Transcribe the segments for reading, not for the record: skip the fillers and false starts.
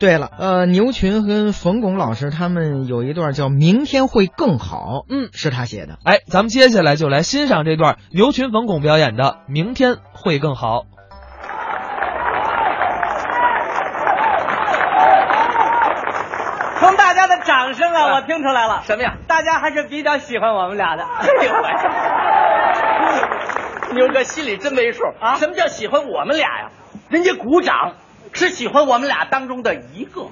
对了，牛群跟冯巩老师他们有一段叫《明天会更好》，是他写的。 哎，咱们接下来就来欣赏这段牛群、冯巩表演的《明天会更好》。 从大家的掌声啊，我听出来了， 什么呀？ 大家还是比较喜欢我们俩的。 哎呦喂，牛哥心里真没数啊！什么叫喜欢我们俩呀？人家鼓掌是喜欢我们俩当中的一个，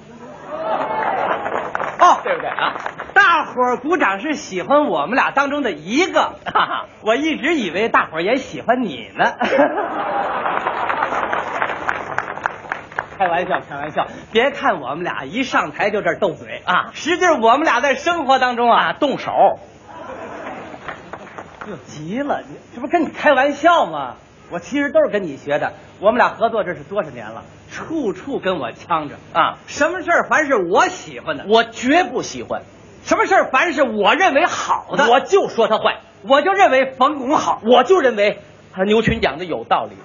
对不对啊？ 大伙儿鼓掌是喜欢我们俩当中的一个，我一直以为大伙儿也喜欢你呢。开玩笑，开玩笑！别看我们俩一上台就这儿斗嘴啊，实际我们俩在生活当中啊动手。 又急了，这不跟你开玩笑吗？我其实都是跟你学的。我们俩合作这是多少年了，处处跟我呛着啊！什么事儿凡是我喜欢的， 我绝不喜欢； 什么事儿凡是我认为好的， 我就说他坏。 我就认为冯巩好， 我就认为牛群讲的有道理。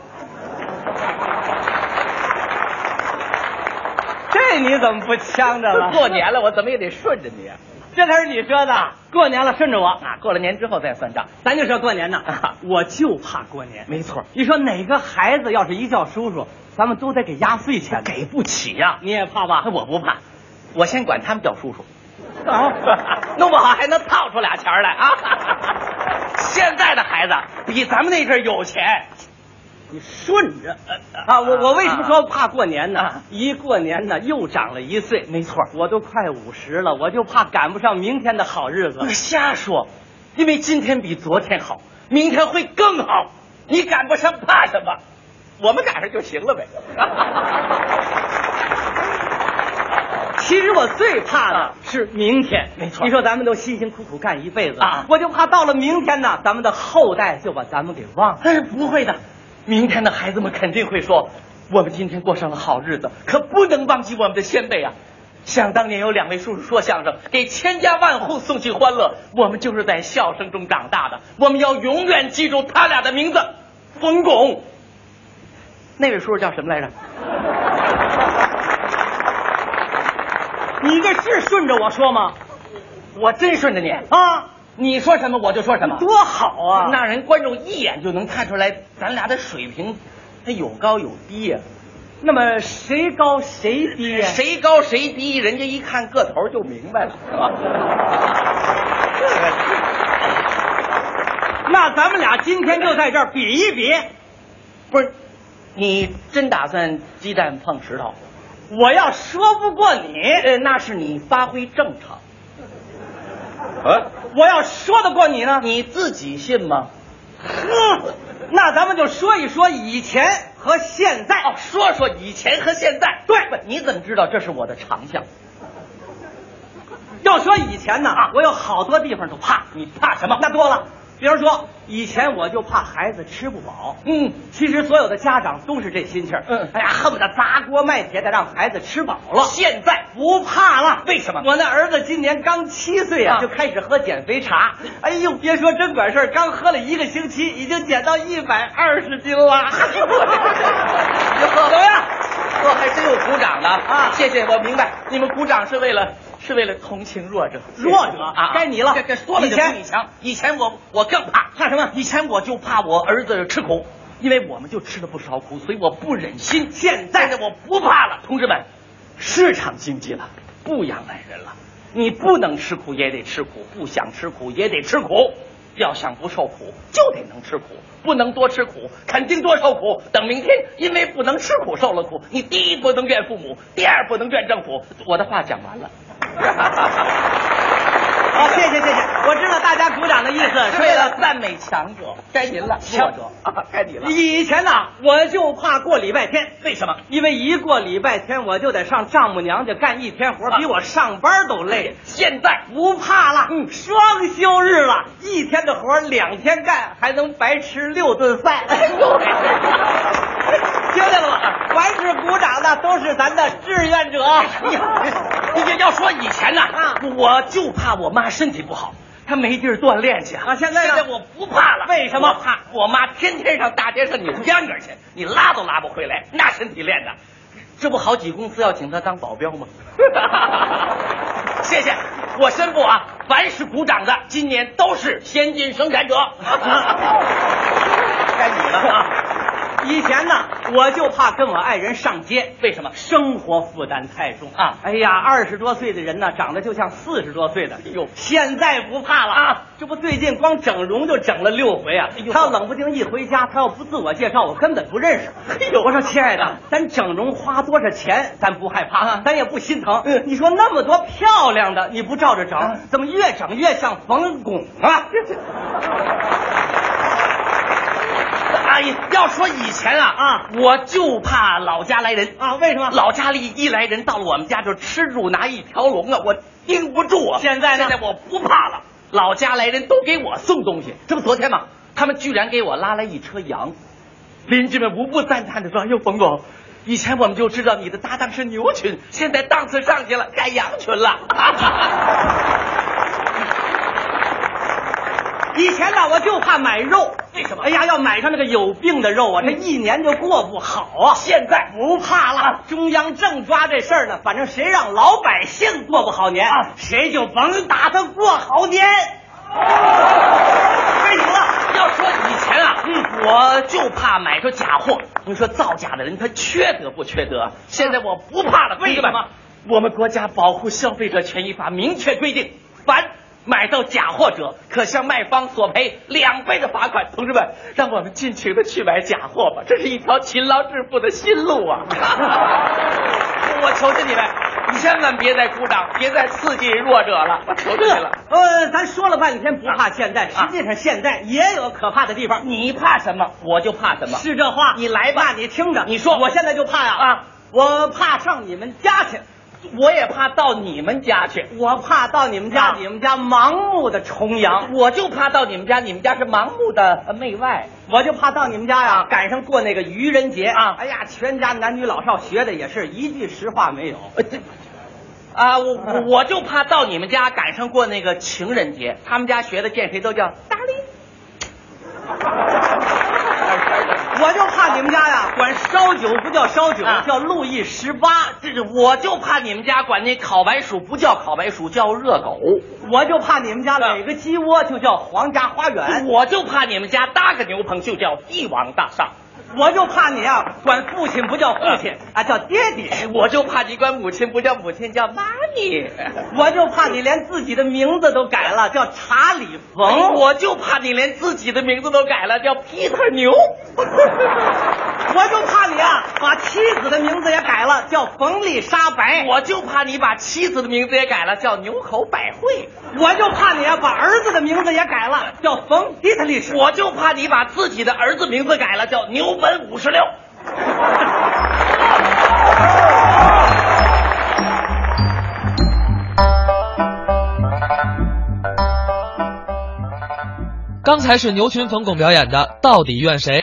这你怎么不呛着了？ 过年了，我怎么也得顺着你。 这才是你说的，过年了顺着我啊，过了年之后再算账。 咱就说过年呢，我就怕过年。 没错， 你说哪个孩子要是一叫叔叔，咱们都得给压岁钱， 给不起呀。 你也怕吧？ 我不怕，我先管他们叫叔叔，弄不好还能套出俩钱来啊！现在的孩子比咱们那阵有钱。 你顺着啊！我为什么说怕过年呢？一过年呢，又长了1岁。 没错， 我都快50了，我就怕赶不上明天的好日子。 瞎说，因为今天比昨天好，明天会更好。你赶不上，怕什么？我们赶上就行了呗。 其实我最怕的是明天。 没错， 你说咱们都辛辛苦苦干一辈子啊，我就怕到了明天呢，咱们的后代就把咱们给忘了。 但是不会的。明天的孩子们肯定会说，我们今天过上了好日子，可不能忘记我们的先辈啊！想当年有2位叔叔说相声，给千家万户送去欢乐，我们就是在笑声中长大的，我们要永远记住他俩的名字，冯巩。那位叔叔叫什么来着？ 你这是顺着我说吗？ 我真顺着你啊！ 你说什么我就说什么， 多好啊！ 那人观众一眼就能看出来，咱俩的水平，它有高有低呀。 那么谁高谁低呀？ 谁高谁低，人家一看个头就明白了，是吧？ 那咱们俩今天就在这儿比一比。 不是，你真打算鸡蛋碰石头？ 我要说不过你， 那是你发挥正常。 我要说得过你呢， 你自己信吗？ 那咱们就说一说以前和现在。 说说以前和现在。 对， 你怎么知道这是我的长项？ 要说以前呢，我有好多地方都怕。 你怕什么？ 那多了。比如说，以前我就怕孩子吃不饱。其实所有的家长都是这心气儿。哎呀，恨不得砸锅卖铁的让孩子吃饱了。 现在不怕了。 为什么？ 我那儿子今年刚7岁啊，就开始喝减肥茶。哎呦，别说真管事儿，刚喝了1个星期，已经减到120斤了。 怎么样？我还真有鼓掌的啊！谢谢，我明白，你们鼓掌是为了同情弱者。 弱者啊，该你了。 这说了就比你强。以前我更怕什么？以前我就怕我儿子吃苦，因为我们就吃了不少苦，所以我不忍心。现在呢，我不怕了，同志们，市场经济了，不养懒人了，你不能吃苦也得吃苦，不想吃苦也得吃苦。要想不受苦，就得能吃苦，不能多吃苦，肯定多受苦。等明天，因为不能吃苦受了苦，你第一不能怨父母，第二不能怨政府。我的话讲完了。 好，谢谢，我知道大家鼓掌的意思是为了赞美强者，该您了，弱者啊，该你了。 以前呢，我就怕过礼拜天， 为什么？ 因为一过礼拜天，我就得上丈母娘家干1天活，比我上班都累。 现在不怕了，双休日了，1天的活2天干，还能白吃6顿饭。听见了吗？凡是鼓掌的都是咱的志愿者。 你要说以前呢，我就怕我妈身体不好，她没地儿锻炼去啊。现在我不怕了。 为什么？ 怕我妈天天上大街上扭秧歌去，你拉都拉不回来，那身体练的。 这不好几公司要请他当保镖吗？谢谢，我宣布啊，凡是鼓掌的，今年都是先进生产者。该你了啊！ 以前呢，我就怕跟我爱人上街， 为什么？ 生活负担太重啊！哎呀，20多岁的人呢，长得就像40多岁的。 哟， 现在不怕了啊！这不最近光整容就整了6回啊！他要冷不丁一回家，他要不自我介绍，我根本不认识。我说亲爱的，咱整容花多少钱，咱不害怕，咱也不心疼。你说那么多漂亮的，你不照着整，怎么越整越像冯巩啊？ 哎呀，要说以前啊，我就怕老家来人啊。为什么？ 老家里一来人，到了我们家就吃住拿一条龙啊，我盯不住啊。 现在呢？ 现在我不怕了，老家来人都给我送东西。这不昨天吗？他们居然给我拉来一车羊，邻居们无不赞叹的说：“哎呦，冯总，以前我们就知道你的搭档是牛群，现在档次上去了，改羊群了。” 以前呢，我就怕买肉， 为什么？ 哎呀，要买上那个有病的肉啊，这一年就过不好啊。 现在不怕了，中央正抓这事儿呢，反正谁让老百姓过不好年谁就甭打他过好年。为什么？ 要说以前啊，我就怕买着假货。你说造假的人他缺德不缺德？现在我不怕了，为什么？我们国家保护消费者权益法明确规定，凡买到假货者，可向卖方索赔2倍的罚款。同志们，让我们尽情的去买假货吧，这是一条勤劳致富的新路啊！我求求你们，你千万别再鼓掌，别再刺激弱者了，我求求你了。 咱说了半天不怕现在，实际上现在也有可怕的地方。 你怕什么，我就怕什么。 是这话， 你来吧， 你听着， 你说。 我现在就怕呀我怕上你们家去。 我也怕到你们家去， 我怕到你们家，你们家盲目的崇洋， 我就怕到你们家，你们家是盲目的媚外， 我就怕到你们家呀，赶上过那个愚人节啊，哎呀，全家男女老少学的也是一句实话没有， 我就怕到你们家赶上过那个情人节，他们家学的见谁都叫达令。 我就怕你们家呀，管烧酒不叫烧酒，叫路易18。 我就怕你们家管那烤白薯不叫烤白薯，叫热狗。 我就怕你们家每个鸡窝就叫皇家花园。 我就怕你们家搭个牛棚就叫帝王大厦。 我就怕你啊，管父亲不叫父亲叫爹爹。 我就怕你管母亲不叫母亲，叫妈咪。 我就怕你连自己的名字都改了，叫查理冯。 我就怕你连自己的名字都改了，叫皮特牛。 我就怕你啊，把妻子的名字也改了，叫冯丽莎白。 我就怕你把妻子的名字也改了，叫牛口百惠。 我就怕你啊，把儿子的名字也改了，叫冯迪特利什。 我就怕你把自己的儿子名字改了，叫牛本56。 刚才是牛群冯巩表演的《到底怨谁》。